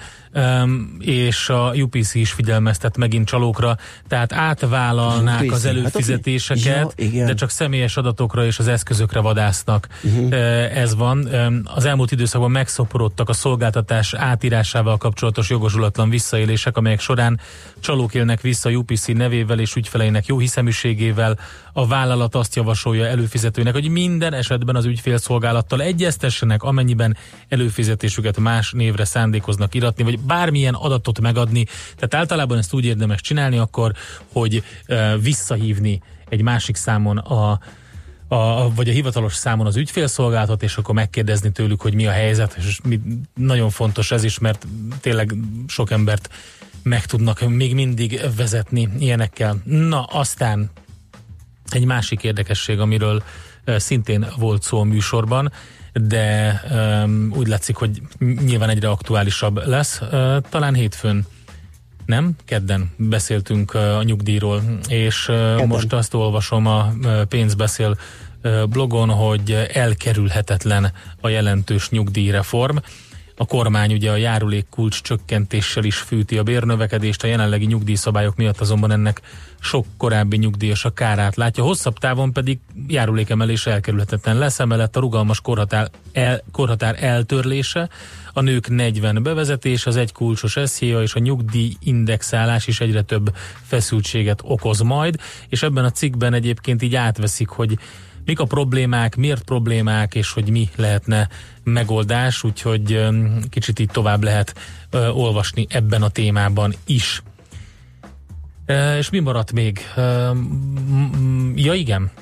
és a UPC is figyelmeztet megint csalókra, tehát átvállalnák UPC, az előfizetéseket, de csak személyes adatokra és az eszközökre vadásznak. Ez van. Az elmúlt időszakban megszoporodtak a szolgáltatás átírásával kapcsolatos jogosulatlan visszaélések, amelyek során csalók élnek vissza a UPC nevével és ügyfeleinek jóhiszeműségével. A vállalat azt javasolja előfizetőnek, hogy minden esetben az ügyfélszolgálattal egyeztessenek, amennyiben előfizetésüket más névre szándékoznak iratni, vagy bármilyen adatot megadni. Tehát általában ezt úgy érdemes csinálni akkor, hogy visszahívni egy másik számon vagy a hivatalos számon az ügyfélszolgálatot, és akkor megkérdezni tőlük, hogy mi a helyzet, és nagyon fontos ez is, mert tényleg sok embert meg tudnak még mindig vezetni ilyenekkel. Na, aztán egy másik érdekesség, amiről szintén volt szó a műsorban, de úgy látszik, hogy nyilván egyre aktuálisabb lesz. Talán hétfőn, nem? Kedden beszéltünk a nyugdíjról, és most azt olvasom a Pénzbeszél blogon, hogy elkerülhetetlen a jelentős nyugdíjreform. A kormány ugye a járulékkulcs csökkentéssel is fűti a bérnövekedést, a jelenlegi nyugdíjszabályok miatt azonban ennek sok korábbi nyugdíjas a kárát látja. Hosszabb távon pedig járulékemelés elkerülhetetlen lesz, emellett a rugalmas korhatár eltörlése, a nők 40 bevezetés, az egy kulcsos SZIA és a nyugdíjindexálás is egyre több feszültséget okoz majd, és ebben a cikkben egyébként így átveszik, hogy mik a problémák, miért problémák, és hogy mi lehetne megoldás, úgyhogy kicsit így tovább lehet olvasni ebben a témában is. És mi maradt még? Ja, igen.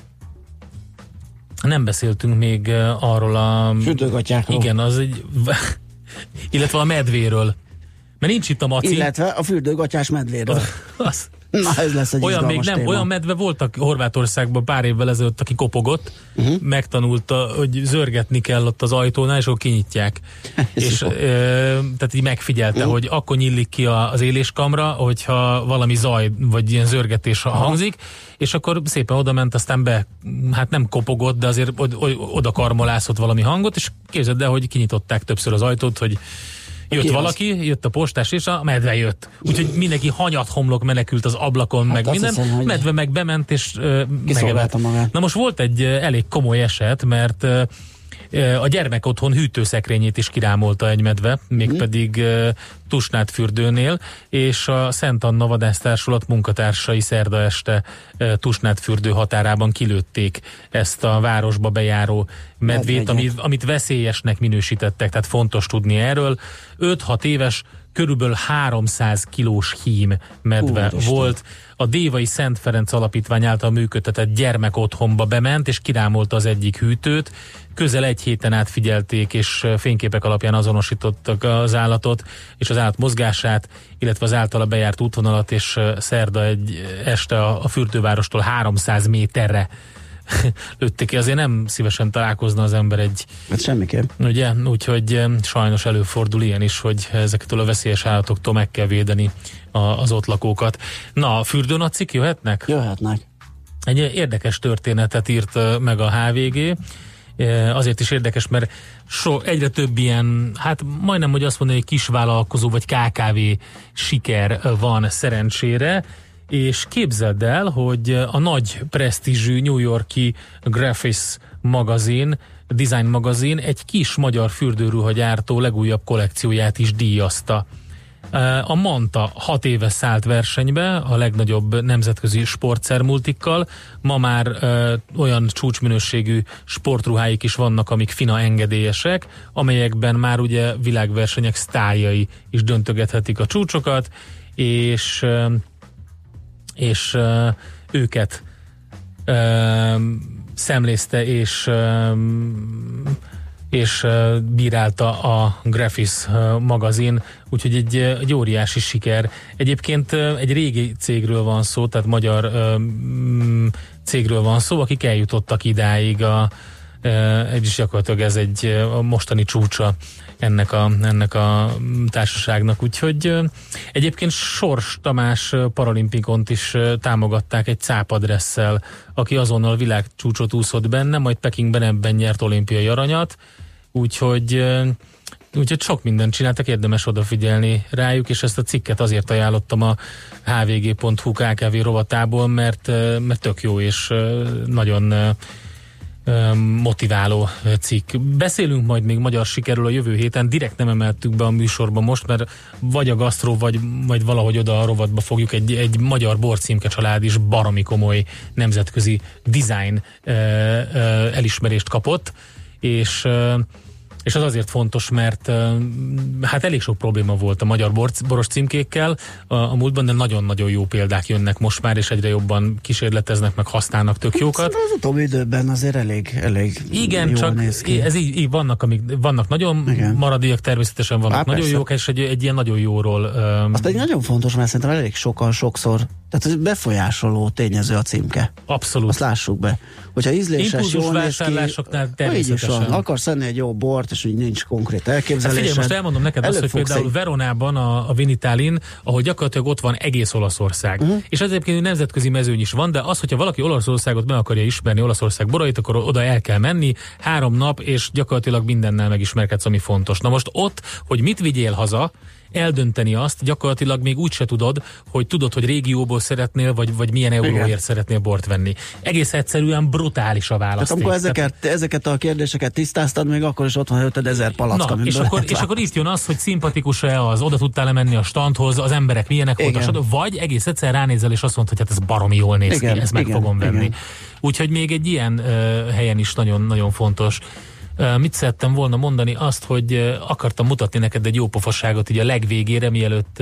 Nem beszéltünk még arról a... Fürdőgatyákról. Igen, az egy... illetve a medvéről. Mert nincs itt a Maci. Illetve a fürdőgatyás medvéről. Na, ez lesz egy olyan még nem, téma. olyan medve voltak Horvátországban pár évvel ezelőtt, aki kopogott, megtanulta, hogy zörgetni kell ott az ajtónál, és akkor kinyitják. És tehát így megfigyelte, hogy akkor nyílik ki az éléskamra, hogyha valami zaj, vagy ilyen zörgetés hangzik, és akkor szépen oda ment, aztán hát nem kopogott, de azért oda karmolászott valami hangot, és képzeld el, hogy kinyitották többször az ajtót, hogy jött valaki, jött a postás, és a medve jött. Úgyhogy mindenki hanyathomlok menekült az ablakon, hát meg minden. Hiszem, medve meg bement, és megevett. Na most volt egy elég komoly eset, mert a gyermekotthon hűtőszekrényét is kirámolta egy medve, mégpedig Tusnádfürdőnél, és a Szent Anna Vadásztársulat munkatársai szerda este Tusnádfürdő határában kilőtték ezt a városba bejáró medvét, amit veszélyesnek minősítettek, tehát fontos tudni erről. 5-6 éves, körülbelül 300 kilós hím medve volt. A Dévai Szent Ferenc Alapítvány által működtetett gyermekotthonba bement, és kirámolta az egyik hűtőt. Közel egy héten át figyelték, és fényképek alapján azonosítottak az állatot, és az állat mozgását, illetve az általa bejárt útvonalat, és szerda egy este a fürdővárostól 300 méterre lőtték ki. Azért nem szívesen találkozna az ember egy... Hát semmiképp. Ugye? Úgyhogy sajnos előfordul ilyen is, hogy ezeket a veszélyes állatoktól meg kell védeni az ott lakókat. Na, a fürdőnacik jöhetnek? Jöhetnek. Egy érdekes történetet írt meg a HVG, Azért is érdekes, mert egyre több ilyen, hát majdnem, hogy azt mondani, hogy kisvállalkozó vagy KKV siker van szerencsére, és képzeld el, hogy a nagy presztízsű New York-i Graphics magazin, design magazin egy kis magyar fürdőruhagyártó legújabb kollekcióját is díjazta. A Manta 6 éve szállt versenybe a legnagyobb nemzetközi sportszermultikkal. Ma már olyan csúcsminőségű sportruháik is vannak, amik FINA engedélyesek, amelyekben már ugye világversenyek sztárjai is döntögethetik a csúcsokat, és őket szemlézte és bírálta a Graphics magazin, úgyhogy egy óriási siker. Egyébként egy régi cégről van szó, tehát magyar cégről van szó, akik eljutottak idáig, és gyakorlatilag ez a mostani csúcsa ennek a társaságnak. Úgyhogy egyébként Sors Tamás paralimpikont is támogatták egy cápadresszel, aki azonnal világcsúcsot úszott benne, majd Pekingben ebben nyert olimpiai aranyat, úgyhogy sok mindent csináltak, érdemes odafigyelni rájuk, és ezt a cikket azért ajánlottam a hvg.hu KKV rovatából, mert tök jó, és nagyon motiváló cikk. Beszélünk majd még magyar sikerről a jövő héten, direkt nem emeltük be a műsorba most, mert vagy a gasztró, vagy valahogy oda a rovatba fogjuk, egy magyar borcímke család is baromi komoly nemzetközi design elismerést kapott, és az azért fontos, mert hát elég sok probléma volt a magyar boros címkékkel a múltban, de nagyon-nagyon jó példák jönnek most már, és egyre jobban kísérleteznek, meg használnak tök jókat. Az utóbbi időben azért elég igen, jól csak néz ki. ez így vannak nagyon igen. Maradék, természetesen vannak nagyon persze. Jók, és egy ilyen nagyon jóról... Azt egy nagyon fontos, mert szerintem elég sokszor, tehát befolyásoló tényező a címke. Abszolút. Azt lássuk be. Hogyha ízléses, jól néz ki, természetesen. akarsz enni egy jó bort, és úgy nincs konkrét elképzelésed. Hát figyelj, most elmondom neked azt, hogy például Veronában a Vinitálin, ahol gyakorlatilag ott van egész Olaszország. És ez egyébként nemzetközi mezőny is van, de az, hogyha valaki Olaszországot meg akarja ismerni, Olaszország borait, akkor oda el kell menni 3 nap, és gyakorlatilag mindennel megismerkedsz, ami fontos. Na most ott, hogy mit vigyél haza, eldönteni azt, gyakorlatilag még úgy se tudod, hogy régióból szeretnél, vagy milyen euróért szeretnél bort venni. Egész egyszerűen brutális a választék. Tehát amikor ezeket a kérdéseket tisztáztad, még akkor is ott van 5000 palacka. Na, és akkor itt jön az, hogy szimpatikus-e az, oda tudtál-e menni a standhoz, az emberek milyenek voltak, vagy egész egyszer ránézel, és azt mondod, hogy hát ez baromi jól néz ki, ezt meg fogom venni. Úgyhogy még egy ilyen helyen is nagyon-nagyon fontos. Mit szerettem volna mondani? Azt, hogy akartam mutatni neked egy jó pofaságot így a legvégére, mielőtt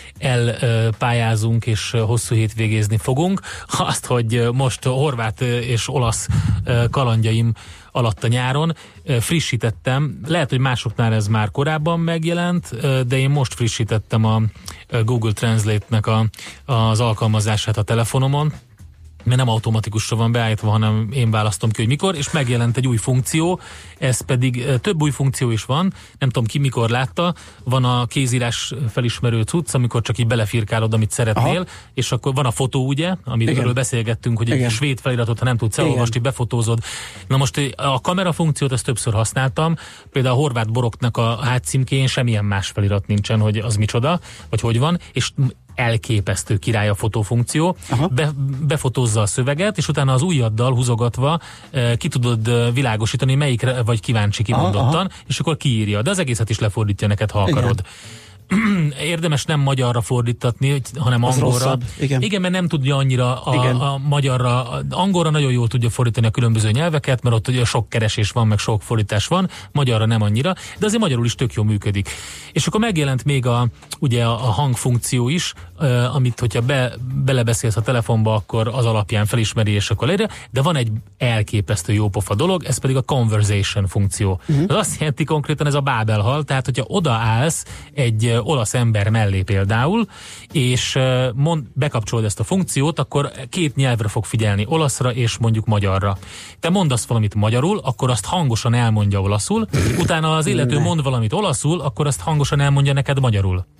elpályázunk és hosszú hétvégézni fogunk. Azt, hogy most horvát és olasz kalandjaim alatt a nyáron frissítettem, lehet, hogy másoknál ez már korábban megjelent, de én most frissítettem a Google Translate-nek az alkalmazását a telefonomon, mert nem automatikusra van beállítva, hanem én választom ki, hogy mikor, és megjelent egy új funkció, ez pedig több új funkció is van, nem tudom ki mikor látta, van a kézírás felismerő cucc, amikor csak így belefirkálod, amit szeretnél, aha, és akkor van a fotó, ugye, amiről beszélgettünk, hogy egy svéd feliratot, ha nem tudsz elolvasni, befotózod. Na most a kamera funkciót ezt többször használtam, például a horvát boroknak a hátcímkén semmilyen más felirat nincsen, hogy az micsoda, vagy hogy van, és elképesztő király a fotófunkció, befotózza a szöveget, és utána az ujjaddal húzogatva ki tudod világosítani, melyikre vagy kíváncsi kimondottan, és akkor kiírja, de az egészet is lefordítja neked, ha akarod. Érdemes nem magyarra fordítatni, hanem az angolra. Igen, mert nem tudja annyira a magyarra. Angolra nagyon jól tudja fordítani a különböző nyelveket, mert ott ugye sok keresés van, meg sok fordítás van, magyarra nem annyira, de azért magyarul is tök jól működik. És akkor megjelent még ugye a hangfunkció is, amit hogyha belebeszélsz a telefonba, akkor az alapján felismeri, és akkor leírja, de van egy elképesztő jópofa dolog, ez pedig a conversation funkció. Az azt jelenti konkrétan, ez a bábelhal, tehát hogyha odaállsz egy olasz ember mellé például, és bekapcsolod ezt a funkciót, akkor 2 nyelvre fog figyelni, olaszra és mondjuk magyarra. Te mondasz valamit magyarul, akkor azt hangosan elmondja olaszul, utána az illető mond valamit olaszul, akkor azt hangosan elmondja neked magyarul.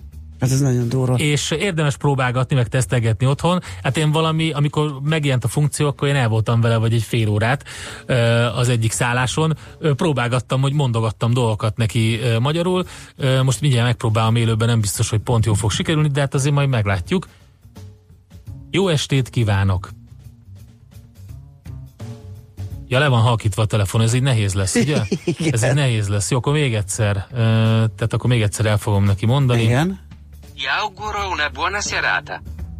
Hát ez nagyon durva. És érdemes próbálgatni, meg tesztelgetni otthon. Hát én amikor megjelent a funkció, akkor én el voltam vele, vagy egy fél órát az egyik szálláson. Próbálgattam, hogy mondogattam dolgokat neki magyarul. Most mindjárt megpróbálom élőben, nem biztos, hogy pont jó fog sikerülni, de hát azért majd meglátjuk. Jó estét kívánok! Ja, le van halkítva a telefon, ez így nehéz lesz, ugye? Ez így nehéz lesz. Jó, akkor még egyszer. Tehát akkor még egyszer el fogom neki mondani. Igen. Ti auguro una buona serata.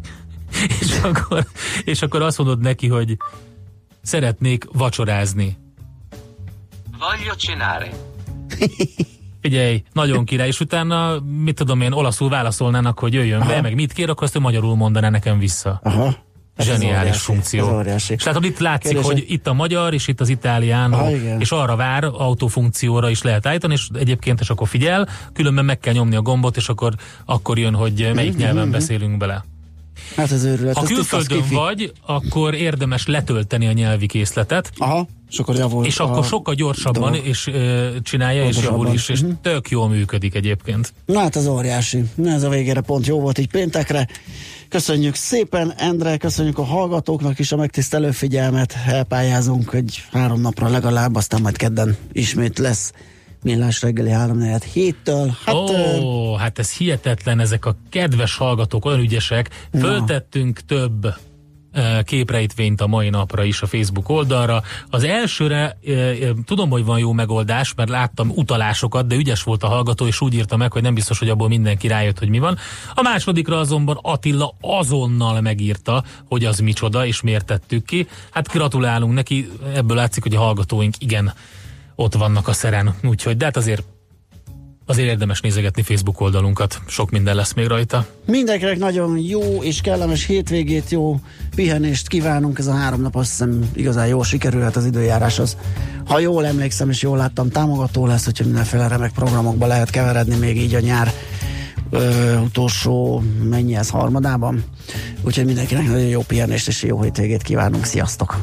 És akkor azt mondod neki, hogy szeretnék vacsorázni. Voglio cenare. Figyelj, nagyon király, és utána, mit tudom én, olaszul válaszolnának, hogy jöjjön be, meg mit kér, akkor azt ő magyarul mondaná nekem vissza. Aha. Zseniális funkció. És látod, itt látszik, hogy itt a magyar, és itt az italiano, és arra vár, autofunkcióra is lehet állítani, és egyébként is akkor figyel, különben meg kell nyomni a gombot, és akkor jön, hogy melyik nyelven beszélünk bele. Hát ez őrület. Ha külföldön vagy, akkor érdemes letölteni a nyelvi készletet. Aha, és akkor javul. És akkor sokkal gyorsabban és csinálja, és javul is, és tök jól működik egyébként. Na hát ez óriási. Ez a végére pont jó volt így péntekre. Köszönjük szépen, Endre, köszönjük a hallgatóknak is a megtisztelő figyelmet. Elpályázunk egy 3 napra legalább, aztán majd kedden ismét lesz Millás reggeli 3-4-7-től. Hát ez hihetetlen, ezek a kedves hallgatók olyan ügyesek. Föltettünk több képrejtvényt a mai napra is a Facebook oldalra. Az elsőre tudom, hogy van jó megoldás, mert láttam utalásokat, de ügyes volt a hallgató, és úgy írta meg, hogy nem biztos, hogy abból mindenki rájött, hogy mi van. A másodikra azonban Attila azonnal megírta, hogy az micsoda, és miért tettük ki. Hát gratulálunk neki, ebből látszik, hogy a hallgatóink igen ott vannak a szeren. Úgyhogy, de hát azért érdemes nézegetni Facebook oldalunkat. Sok minden lesz még rajta. Mindenkinek nagyon jó és kellemes hétvégét, jó pihenést kívánunk. Ez a 3 nap azt hiszem igazán jól sikerülhet az időjárás. Az, ha jól emlékszem és jól láttam, támogató lesz, hogyha mindenféle remek programokba lehet keveredni még így a nyár utolsó, mennyi ez, harmadában. Úgyhogy mindenkinek nagyon jó pihenést és jó hétvégét kívánunk. Sziasztok!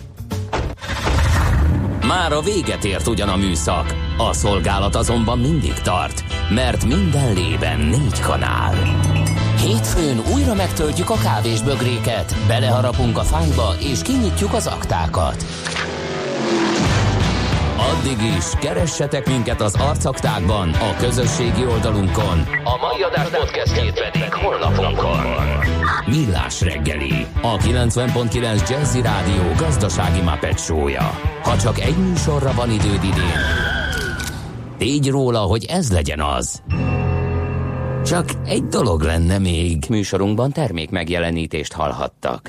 Már a véget ért ugyan a műszak, a szolgálat azonban mindig tart, mert minden lében 4 kanál. Hétfőn újra megtöltjük a kávésbögréket, beleharapunk a fányba és kinyitjuk az aktákat. Addig is keressetek minket az arcaktákban, a közösségi oldalunkon, a mai adás podcastjét pedig honlapunkon. Millás reggeli, a 90.9 Jazzy Rádió gazdasági Muppet show-ja. Ha csak egy műsorra van időd idén, tégy róla, hogy ez legyen az. Csak egy dolog lenne még. Műsorunkban termék megjelenítést hallhattak.